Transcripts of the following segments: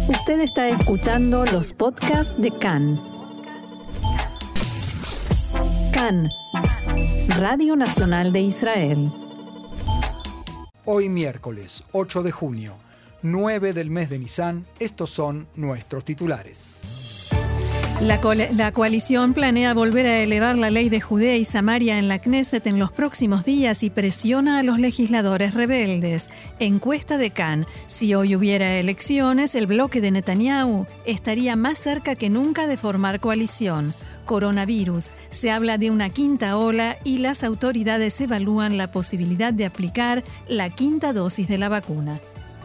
Usted está escuchando los podcasts de CAN. CAN, Radio Nacional de Israel. Hoy miércoles 8 de junio, 9 del mes de Nisan, estos son nuestros titulares. La coalición planea volver a elevar la ley de Judea y Samaria en la Knesset en los próximos días y presiona a los legisladores rebeldes. Encuesta de CAN: si hoy hubiera elecciones, el bloque de Netanyahu estaría más cerca que nunca de formar coalición. Coronavirus. Se habla de una quinta ola y las autoridades evalúan la posibilidad de aplicar la quinta dosis de la vacuna.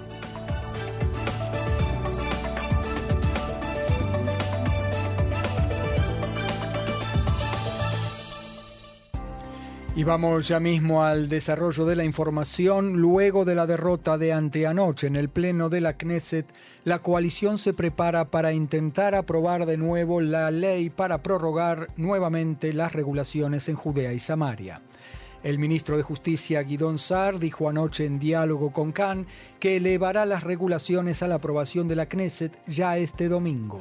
Y vamos ya mismo al desarrollo de la información. Luego de la derrota de anteanoche en el pleno de la Knesset, la coalición se prepara para intentar aprobar de nuevo la ley para prorrogar nuevamente las regulaciones en Judea y Samaria. El ministro de Justicia, Gideon Sa'ar, dijo anoche en diálogo con CAN que elevará las regulaciones a la aprobación de la Knesset ya este domingo.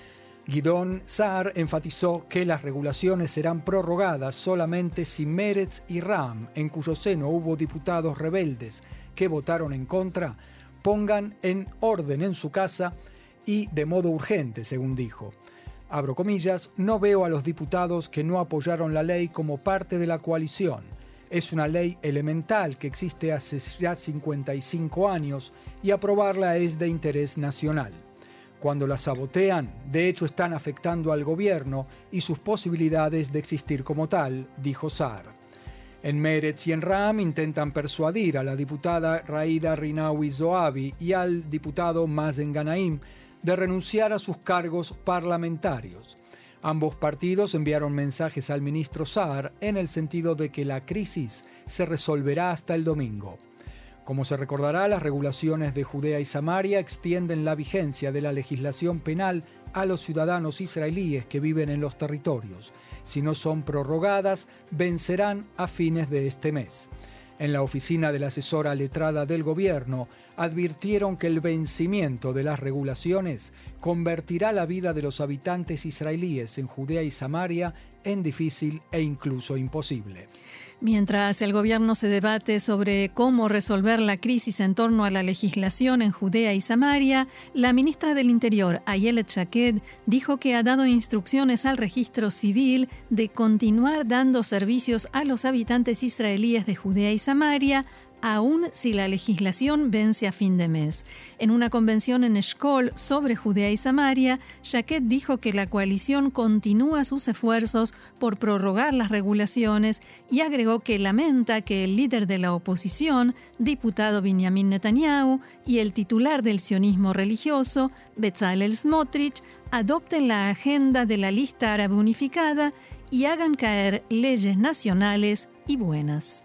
Gideon Sa'ar enfatizó que las regulaciones serán prorrogadas solamente si Meretz y Ra'am, en cuyo seno hubo diputados rebeldes que votaron en contra, pongan en orden en su casa y de modo urgente, según dijo. Abro comillas, no veo a los diputados que no apoyaron la ley como parte de la coalición. Es una ley elemental que existe hace ya 55 años y aprobarla es de interés nacional. Cuando la sabotean, de hecho están afectando al gobierno y sus posibilidades de existir como tal, dijo Sa'ar. En Meretz y en Ra'am intentan persuadir a la diputada Ghaida Rinawi Zoabi y al diputado Mazen Ganaim de renunciar a sus cargos parlamentarios. Ambos partidos enviaron mensajes al ministro Sa'ar en el sentido de que la crisis se resolverá hasta el domingo. Como se recordará, las regulaciones de Judea y Samaria extienden la vigencia de la legislación penal a los ciudadanos israelíes que viven en los territorios. Si no son prorrogadas, vencerán a fines de este mes. En la oficina de la asesora letrada del gobierno, advirtieron que el vencimiento de las regulaciones convertirá la vida de los habitantes israelíes en Judea y Samaria en difícil e incluso imposible. Mientras el gobierno se debate sobre cómo resolver la crisis en torno a la legislación en Judea y Samaria, la ministra del Interior, Ayelet Shaked, dijo que ha dado instrucciones al registro civil de continuar dando servicios a los habitantes israelíes de Judea y Samaria, aun si la legislación vence a fin de mes. En una convención en Eshkol sobre Judea y Samaria, Shaked dijo que la coalición continúa sus esfuerzos por prorrogar las regulaciones y agregó que lamenta que el líder de la oposición, diputado Benjamin Netanyahu, y el titular del sionismo religioso, Bezalel Smotrich, adopten la agenda de la lista árabe unificada y hagan caer leyes nacionales y buenas.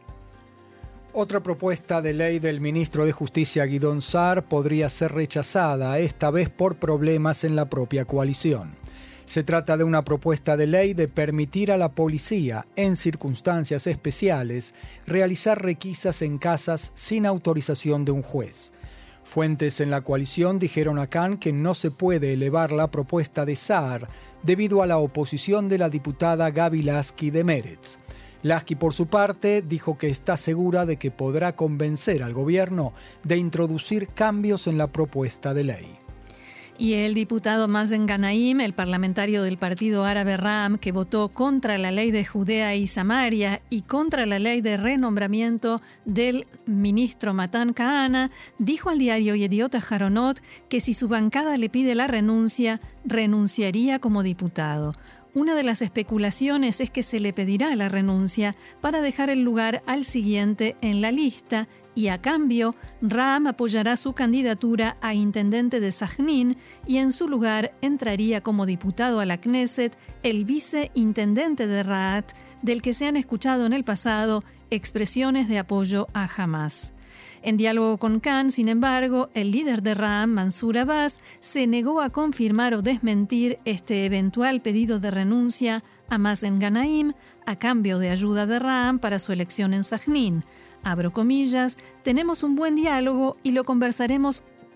Otra propuesta de ley del ministro de Justicia Gideon Sa'ar podría ser rechazada, esta vez por problemas en la propia coalición. Se trata de una propuesta de ley de permitir a la policía, en circunstancias especiales, realizar requisas en casas sin autorización de un juez. Fuentes en la coalición dijeron a CAN que no se puede elevar la propuesta de Sa'ar debido a la oposición de la diputada Gaby Lasky de Meretz. Lasky, por su parte, dijo que está segura de que podrá convencer al gobierno de introducir cambios en la propuesta de ley. Y el diputado Mazen Ganaim, el parlamentario del partido árabe Ra'am, que votó contra la ley de Judea y Samaria y contra la ley de renombramiento del ministro Matan Kahana, dijo al diario Yediot Aharonot que si su bancada le pide la renuncia, renunciaría como diputado. Una de las especulaciones es que se le pedirá la renuncia para dejar el lugar al siguiente en la lista y, a cambio, Ra'am apoyará su candidatura a intendente de Sajnín y en su lugar entraría como diputado a la Knesset el viceintendente de Raat, del que se han escuchado en el pasado expresiones de apoyo a Hamás. En diálogo con CAN, sin embargo, el líder de Ra'am, Mansur Abbas, se negó a confirmar o desmentir este eventual pedido de renuncia a Mazen Ganaim a cambio de ayuda de Ra'am para su elección en Sajnín. Abro comillas, tenemos un buen diálogo y lo conversaremos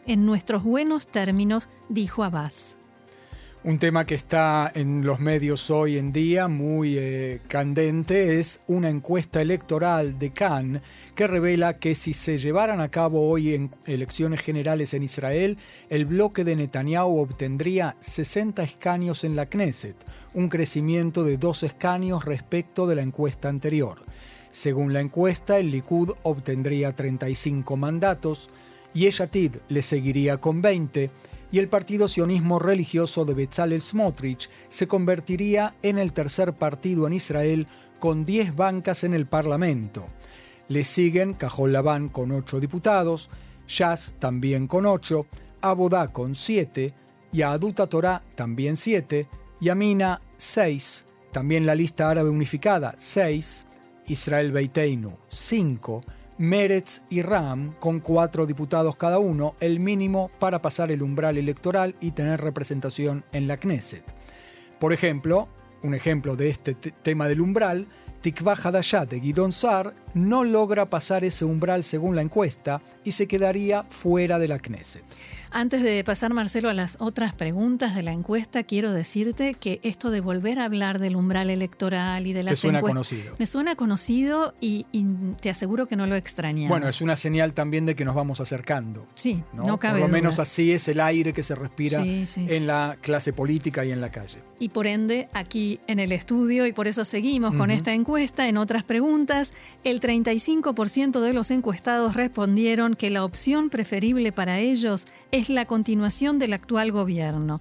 en nuestros buenos términos, dijo Abbas. Un tema que está en los medios hoy en día muy candente es una encuesta electoral de Cannes que revela que si se llevaran a cabo hoy en elecciones generales en Israel, el bloque de Netanyahu obtendría 60 escaños en la Knesset, un crecimiento de 2 escaños respecto de la encuesta anterior. Según la encuesta, el Likud obtendría 35 mandatos, Yesh Atid le seguiría con 20, y el partido sionismo religioso de Bezalel Smotrich se convertiría en el tercer partido en Israel con 10 bancas en el Parlamento. Le siguen Cajol Labán con 8 diputados, Shas también con 8, Abodá con 7, Yahadut Torah también 7, Yamina 6, también la lista árabe unificada 6, Israel Beiteinu 5, Meretz y Ram con 4 diputados cada uno, el mínimo para pasar el umbral electoral y tener representación en la Knesset. Por ejemplo, un ejemplo de este tema del umbral, Tikva Hadashah de Gidon Sa'ar no logra pasar ese umbral según la encuesta y se quedaría fuera de la Knesset. Antes de pasar, Marcelo, a las otras preguntas de la encuesta, quiero decirte que esto de volver a hablar del umbral electoral y de las encuestas... ¿Te suena conocido? Me suena conocido y te aseguro que no lo extrañaba. Bueno, es una señal también de que nos vamos acercando. Sí, no Por cabe lo duda. menos así es el aire que se respira sí. en la clase política y en la calle. Y por ende, aquí en el estudio, y por eso seguimos con esta encuesta, en otras preguntas, el 35% de los encuestados respondieron que la opción preferible para ellos es la continuación del actual gobierno.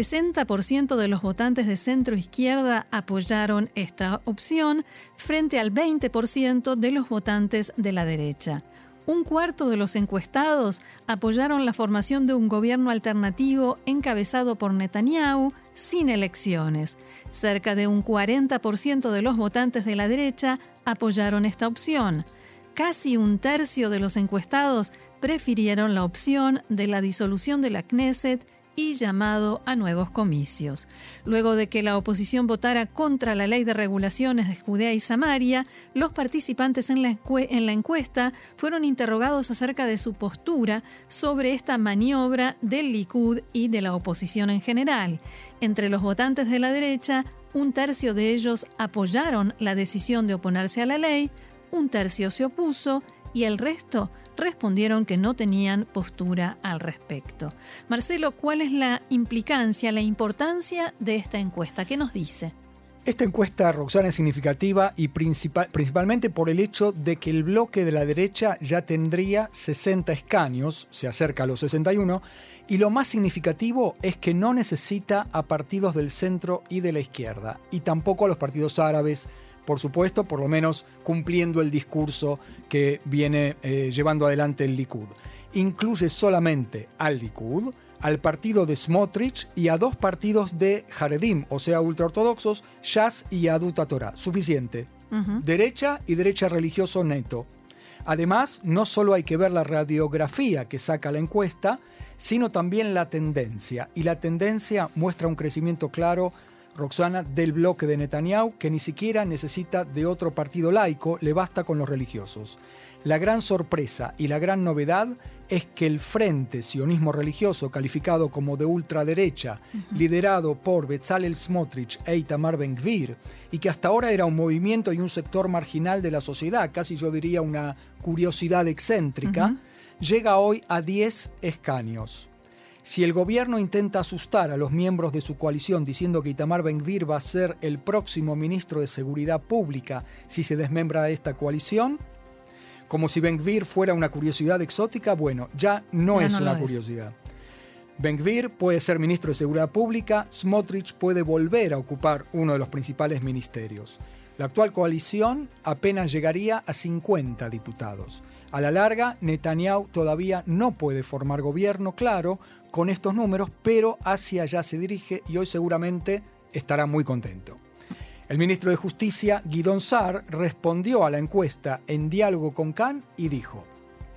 60% de los votantes de centro-izquierda apoyaron esta opción frente al 20% de los votantes de la derecha. Un cuarto de los encuestados apoyaron la formación de un gobierno alternativo encabezado por Netanyahu sin elecciones. Cerca de un 40% de los votantes de la derecha apoyaron esta opción. Casi un tercio de los encuestados prefirieron la opción de la disolución de la Knesset y llamado a nuevos comicios. Luego de que la oposición votara contra la ley de regulaciones de Judea y Samaria, los participantes en la encuesta fueron interrogados acerca de su postura sobre esta maniobra del Likud y de la oposición en general. Entre los votantes de la derecha, un tercio de ellos apoyaron la decisión de oponerse a la ley, un tercio se opuso y el resto respondieron que no tenían postura al respecto. Marcelo, ¿cuál es la implicancia, la importancia de esta encuesta? ¿Qué nos dice? Esta encuesta, Roxana, es significativa y principalmente por el hecho de que el bloque de la derecha ya tendría 60 escaños, se acerca a los 61, y lo más significativo es que no necesita a partidos del centro y de la izquierda, y tampoco a los partidos árabes, por supuesto, por lo menos cumpliendo el discurso que viene llevando adelante el Likud. Incluye solamente al Likud, al partido de Smotrich y a 2 partidos de Haredim, o sea, ultraortodoxos, Shas y Yahadut Torah. Suficiente. Derecha y derecha religioso neto. Además, no solo hay que ver la radiografía que saca la encuesta, sino también la tendencia. Y la tendencia muestra un crecimiento claro, Roxana, del bloque de Netanyahu, que ni siquiera necesita de otro partido laico, le basta con los religiosos. La gran sorpresa y la gran novedad es que el Frente Sionismo Religioso, calificado como de ultraderecha, liderado por Bezalel Smotrich e Itamar Ben-Gvir, y que hasta ahora era un movimiento y un sector marginal de la sociedad, casi yo diría una curiosidad excéntrica, llega hoy a 10 escaños. Si el gobierno intenta asustar a los miembros de su coalición diciendo que Itamar Ben-Gvir va a ser el próximo ministro de Seguridad Pública si se desmembra esta coalición, como si Ben-Gvir fuera una curiosidad exótica, bueno, ya no es una curiosidad. Ben-Gvir puede ser ministro de Seguridad Pública, Smotrich puede volver a ocupar uno de los principales ministerios. La actual coalición apenas llegaría a 50 diputados. A la larga, Netanyahu todavía no puede formar gobierno, claro, con estos números, pero hacia allá se dirige y hoy seguramente estará muy contento. El ministro de Justicia, Gidon Sa'ar, respondió a la encuesta en diálogo con Cannes y dijo: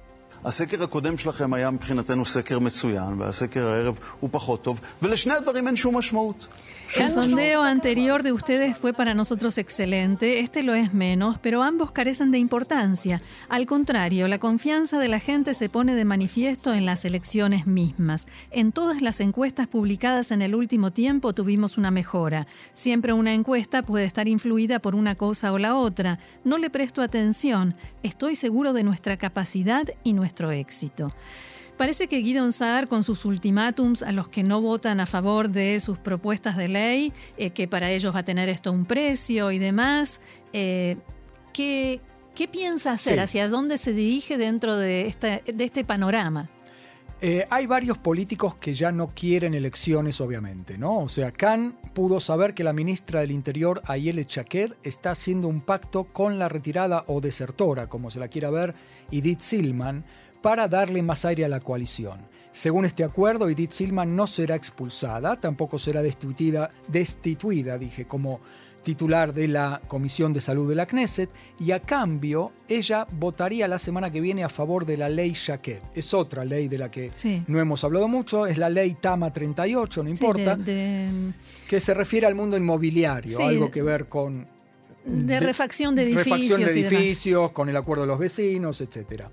הסקר הקודם שלכם היה מבחינתנו סקר מצוין, והסקר הערב הוא פחות טוב, ולשני הדברים אין שום משמעות. El sondeo anterior de ustedes fue para nosotros excelente, este lo es menos, pero ambos carecen de importancia. Al contrario, la confianza de la gente se pone de manifiesto en las elecciones mismas. En todas las encuestas publicadas en el último tiempo tuvimos una mejora. Siempre una encuesta puede estar influida por una cosa o la otra. No le presto atención. Estoy seguro de nuestra capacidad y nuestro éxito. Parece que Gideon Sa'ar, con sus ultimátums a los que no votan a favor de sus propuestas de ley, que para ellos va a tener esto un precio y demás, ¿qué piensa hacer? Sí. ¿Hacia dónde se dirige dentro de este panorama? Hay varios políticos que ya no quieren elecciones, obviamente, ¿no? O sea, Khan pudo saber que la ministra del Interior, Ayelet Shaked, está haciendo un pacto con la retirada o desertora, como se la quiera ver, Idit Silman, para darle más aire a la coalición. Según este acuerdo, Idit Silman no será expulsada, tampoco será destituida, como titular de la Comisión de Salud de la Knesset, y a cambio ella votaría la semana que viene a favor de la ley Shaked. Es otra ley de la que no hemos hablado mucho, es la ley Tama 38, no importa, que se refiere al mundo inmobiliario, algo que ver con... De refacción de edificios. Refacción de edificios, con el acuerdo de los vecinos, etcétera.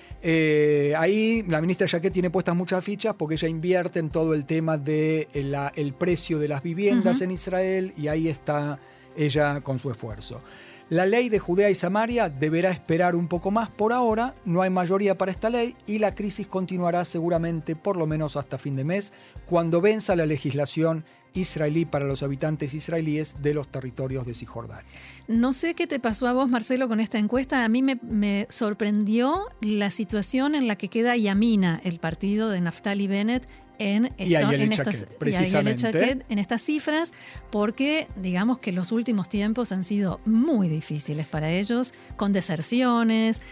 Ahí la ministra Shaked tiene puestas muchas fichas porque ella invierte en todo el tema de el precio de las viviendas en Israel, y ahí está ella con su esfuerzo. La ley de Judea y Samaria deberá esperar un poco más por ahora, no hay mayoría para esta ley y la crisis continuará seguramente por lo menos hasta fin de mes, cuando venza la legislación israelí para los habitantes israelíes de los territorios de Cisjordania. No sé qué te pasó a vos, Marcelo, con esta encuesta. A mí me sorprendió la situación en la que queda Yamina, el partido de Naftali Bennett, en estas cifras, porque digamos que los últimos tiempos han sido muy difíciles para ellos, con deserciones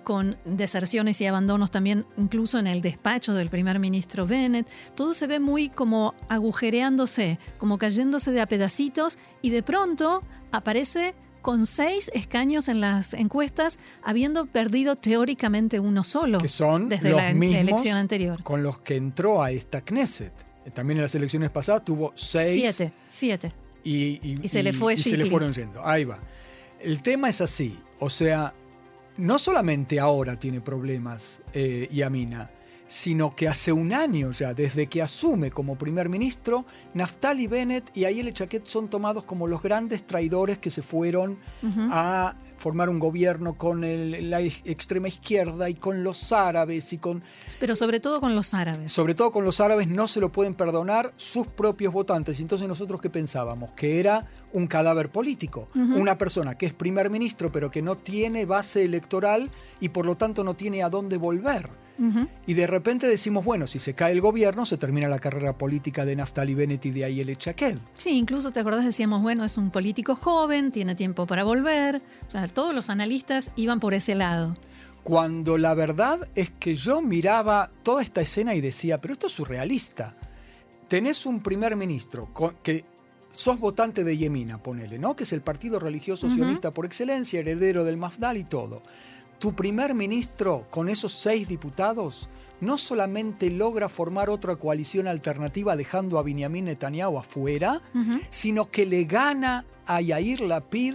y abandonos también, incluso en el despacho del primer ministro Bennett. Todo se ve muy como agujereándose, como cayéndose de a pedacitos, y de pronto aparece con 6 escaños en las encuestas, habiendo perdido teóricamente uno solo, que son desde los la mismos elección anterior. Con los que entró a esta Knesset. También en las elecciones pasadas tuvo 6. 7. Y se le fueron yendo. Ahí va. El tema es así. O sea, no solamente ahora tiene problemas Yamina, sino que hace un año ya, desde que asume como primer ministro, Naftali Bennett y Ayelet Shaked son tomados como los grandes traidores que se fueron a formar un gobierno con la extrema izquierda y con los árabes. Pero sobre todo con los árabes. Sobre todo con los árabes no se lo pueden perdonar sus propios votantes. Entonces nosotros ¿qué pensábamos? Que era un cadáver político. Una persona que es primer ministro pero que no tiene base electoral y por lo tanto no tiene a dónde volver. Y de repente decimos, bueno, si se cae el gobierno, se termina la carrera política de Naftali Bennett y de Ayelet Shaked. Sí, incluso te acordás, decíamos, bueno, es un político joven, tiene tiempo para volver. O sea, todos los analistas iban por ese lado. Cuando la verdad es que yo miraba toda esta escena y decía, pero esto es surrealista. Tenés un primer ministro que sos votante de Yemina, ponele, ¿no? Que es el partido religioso sionista por excelencia, heredero del Mafdal y todo. Tu primer ministro, con esos 6 diputados, no solamente logra formar otra coalición alternativa dejando a Benjamin Netanyahu afuera, sino que le gana a Yair Lapid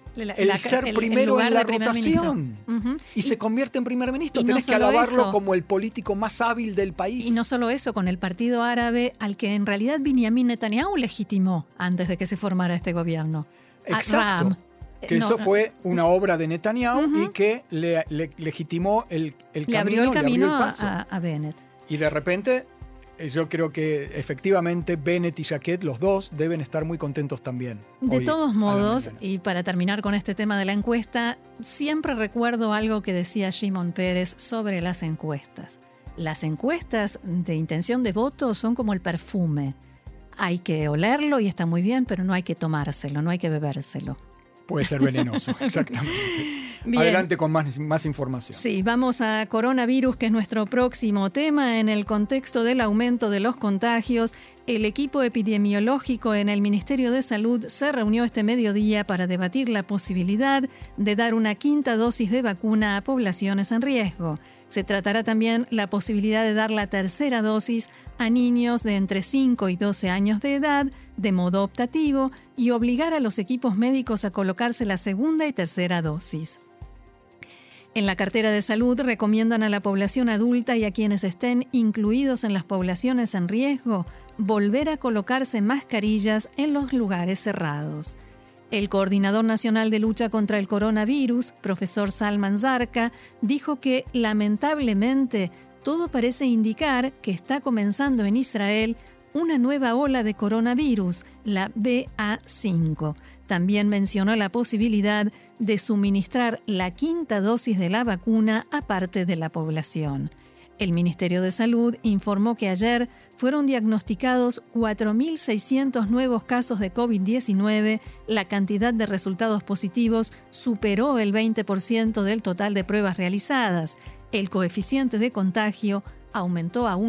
el ser primero en la rotación. Y se convierte en primer ministro. Tenés que alabarlo como el político más hábil del país. Y no solo eso, con el partido árabe al que en realidad Benjamin Netanyahu legitimó antes de que se formara este gobierno. Exacto. Eso fue una obra de Netanyahu y que le legitimó el camino, le abrió el paso a Bennett. Y de repente, yo creo que efectivamente Bennett y Shaked, los dos, deben estar muy contentos también. De todos modos, y para terminar con este tema de la encuesta, siempre recuerdo algo que decía Shimon Peres sobre las encuestas. Las encuestas de intención de voto son como el perfume. Hay que olerlo y está muy bien, pero no hay que tomárselo, no hay que bebérselo. Puede ser venenoso, exactamente. Bien. Adelante con más información. Sí, vamos a coronavirus, que es nuestro próximo tema. En el contexto del aumento de los contagios, el equipo epidemiológico en el Ministerio de Salud se reunió este mediodía para debatir la posibilidad de dar una 5ª dosis de vacuna a poblaciones en riesgo. Se tratará también la posibilidad de dar la tercera dosis a niños de entre 5 y 12 años de edad de modo optativo y obligar a los equipos médicos a colocarse la segunda y tercera dosis. En la cartera de salud recomiendan a la población adulta y a quienes estén incluidos en las poblaciones en riesgo volver a colocarse mascarillas en los lugares cerrados. El coordinador nacional de lucha contra el coronavirus, profesor Salman Zarca, dijo que lamentablemente todo parece indicar que está comenzando en Israel una nueva ola de coronavirus, la BA5. También mencionó la posibilidad de suministrar la quinta dosis de la vacuna a parte de la población. El Ministerio de Salud informó que ayer fueron diagnosticados 4.600 nuevos casos de COVID-19. La cantidad de resultados positivos superó el 20% del total de pruebas realizadas. El coeficiente de contagio aumentó a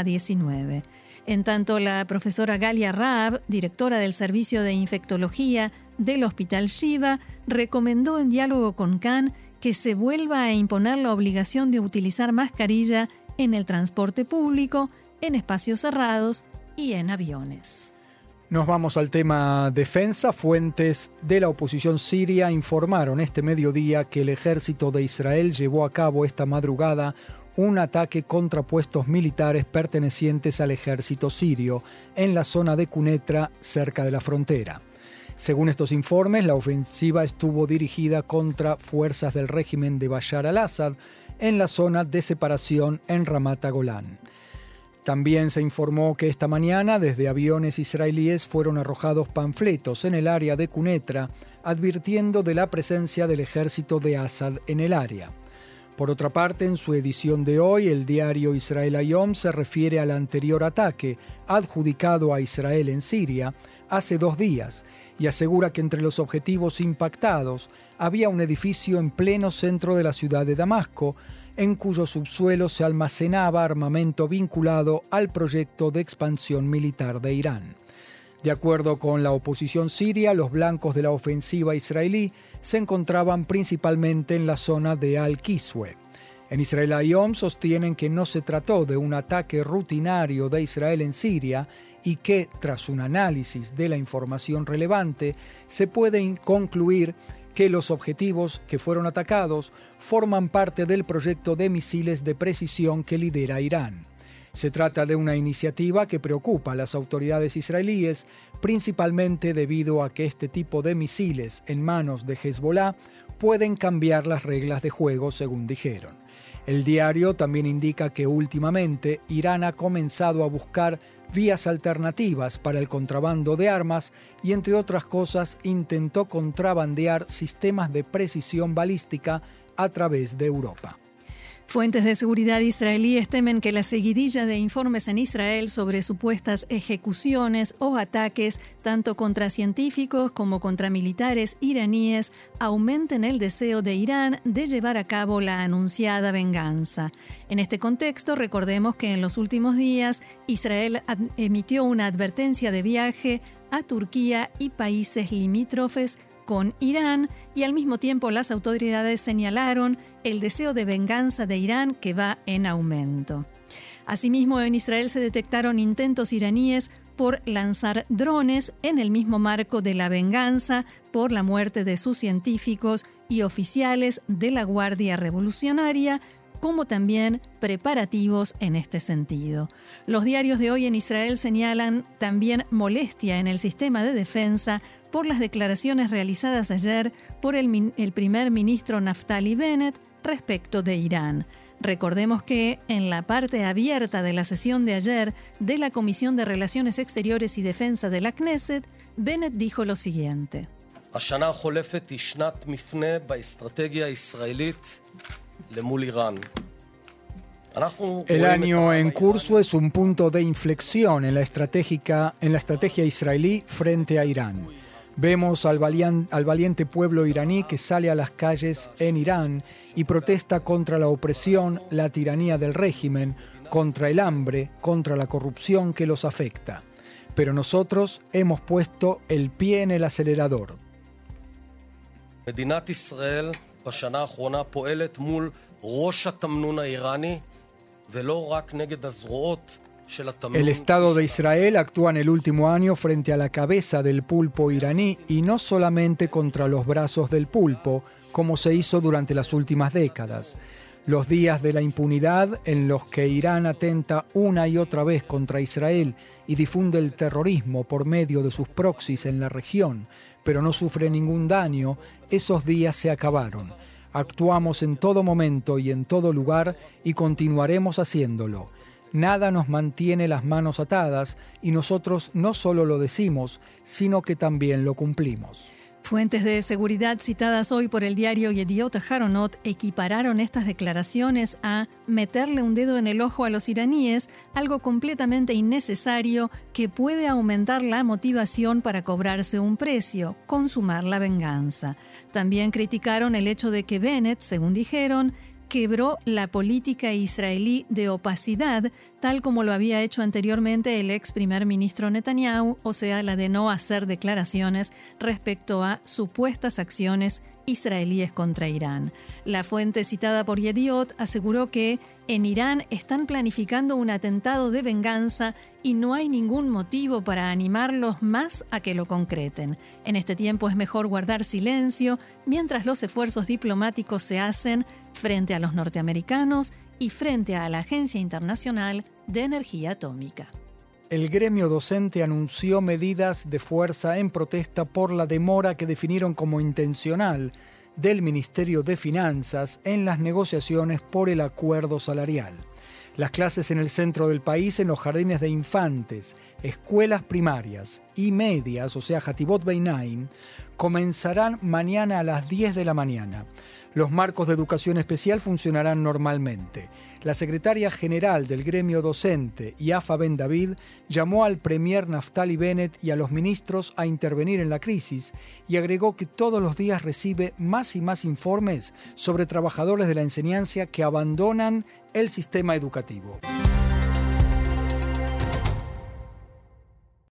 1,19. En tanto, la profesora Galia Raab, directora del Servicio de Infectología del Hospital Shiva, recomendó en diálogo con CAN que se vuelva a imponer la obligación de utilizar mascarilla en el transporte público, en espacios cerrados y en aviones. Nos vamos al tema defensa. Fuentes de la oposición siria informaron este mediodía que el ejército de Israel llevó a cabo esta madrugada un ataque contra puestos militares pertenecientes al ejército sirio en la zona de Quneitra, cerca de la frontera. Según estos informes, la ofensiva estuvo dirigida contra fuerzas del régimen de Bashar al-Assad en la zona de separación en Ramat HaGolan. También se informó que esta mañana desde aviones israelíes fueron arrojados panfletos en el área de Quneitra advirtiendo de la presencia del ejército de Assad en el área. Por otra parte, en su edición de hoy, el diario Israel Hayom se refiere al anterior ataque adjudicado a Israel en Siria hace 2 días y asegura que entre los objetivos impactados había un edificio en pleno centro de la ciudad de Damasco, en cuyo subsuelo se almacenaba armamento vinculado al proyecto de expansión militar de Irán. De acuerdo con la oposición siria, los blancos de la ofensiva israelí se encontraban principalmente en la zona de Al-Kiswe. En Israel Hayom sostienen que no se trató de un ataque rutinario de Israel en Siria y que, tras un análisis de la información relevante, se puede concluir que los objetivos que fueron atacados forman parte del proyecto de misiles de precisión que lidera Irán. Se trata de una iniciativa que preocupa a las autoridades israelíes, principalmente debido a que este tipo de misiles en manos de Hezbollah pueden cambiar las reglas de juego, según dijeron. El diario también indica que últimamente Irán ha comenzado a buscar vías alternativas para el contrabando de armas y, entre otras cosas, intentó contrabandear sistemas de precisión balística a través de Europa. Fuentes de seguridad israelíes temen que la seguidilla de informes en Israel sobre supuestas ejecuciones o ataques, tanto contra científicos como contra militares iraníes, aumenten el deseo de Irán de llevar a cabo la anunciada venganza. En este contexto, recordemos que en los últimos días Israel emitió una advertencia de viaje a Turquía y países limítrofes con Irán, y al mismo tiempo las autoridades señalaron el deseo de venganza de Irán que va en aumento. Asimismo, en Israel se detectaron intentos iraníes por lanzar drones en el mismo marco de la venganza por la muerte de sus científicos y oficiales de la Guardia Revolucionaria, como también preparativos en este sentido. Los diarios de hoy en Israel señalan también molestia en el sistema de defensa por las declaraciones realizadas ayer por el primer ministro Naftali Bennett respecto de Irán. Recordemos que en la parte abierta de la sesión de ayer de la Comisión de Relaciones Exteriores y Defensa de la Knesset, Bennett dijo lo siguiente. השנה החולפת היא שנת מפנה באסטרטגיה הישראלית למול איראן. El año en curso es un punto de inflexión en la estrategia israelí frente a Irán. Vemos al valiente pueblo iraní que sale a las calles en Irán y protesta contra la opresión, la tiranía del régimen, contra el hambre, contra la corrupción que los afecta. Pero nosotros hemos puesto el pie en el acelerador. מדינת ישראל בשנה האחרונה פועלת מול ראש התמנון האיראני, ולא רק נגד הזרועות של התמנון. El Estado de Israel actúa en el último año frente a la cabeza del pulpo iraní y no solamente contra los brazos del pulpo, como se hizo durante las últimas décadas. Los días de la impunidad en los que Irán atenta una y otra vez contra Israel y difunde el terrorismo por medio de sus proxies en la región, pero no sufre ningún daño, esos días se acabaron. Actuamos en todo momento y en todo lugar y continuaremos haciéndolo. Nada nos mantiene las manos atadas y nosotros no solo lo decimos, sino que también lo cumplimos. Fuentes de seguridad citadas hoy por el diario Yediot Aharonot equipararon estas declaraciones a meterle un dedo en el ojo a los iraníes, algo completamente innecesario que puede aumentar la motivación para cobrarse un precio, consumar la venganza. También criticaron el hecho de que Bennett, según dijeron, quebró la política israelí de opacidad, tal como lo había hecho anteriormente el ex primer ministro Netanyahu, o sea, la de no hacer declaraciones respecto a supuestas acciones israelíes contra Irán. La fuente citada por Yediot aseguró que en Irán están planificando un atentado de venganza y no hay ningún motivo para animarlos más a que lo concreten. En este tiempo es mejor guardar silencio mientras los esfuerzos diplomáticos se hacen frente a los norteamericanos y frente a la Agencia Internacional de Energía Atómica. El gremio docente anunció medidas de fuerza en protesta por la demora que definieron como intencional del Ministerio de Finanzas en las negociaciones por el acuerdo salarial. Las clases en el centro del país, en los jardines de infantes, escuelas primarias y medias, o sea, Hativot Beinaim, comenzarán mañana a las 10 de la mañana. Los marcos de educación especial funcionarán normalmente. La secretaria general del gremio docente, Yafa Ben David, llamó al premier Naftali Bennett y a los ministros a intervenir en la crisis y agregó que todos los días recibe más y más informes sobre trabajadores de la enseñanza que abandonan el sistema educativo.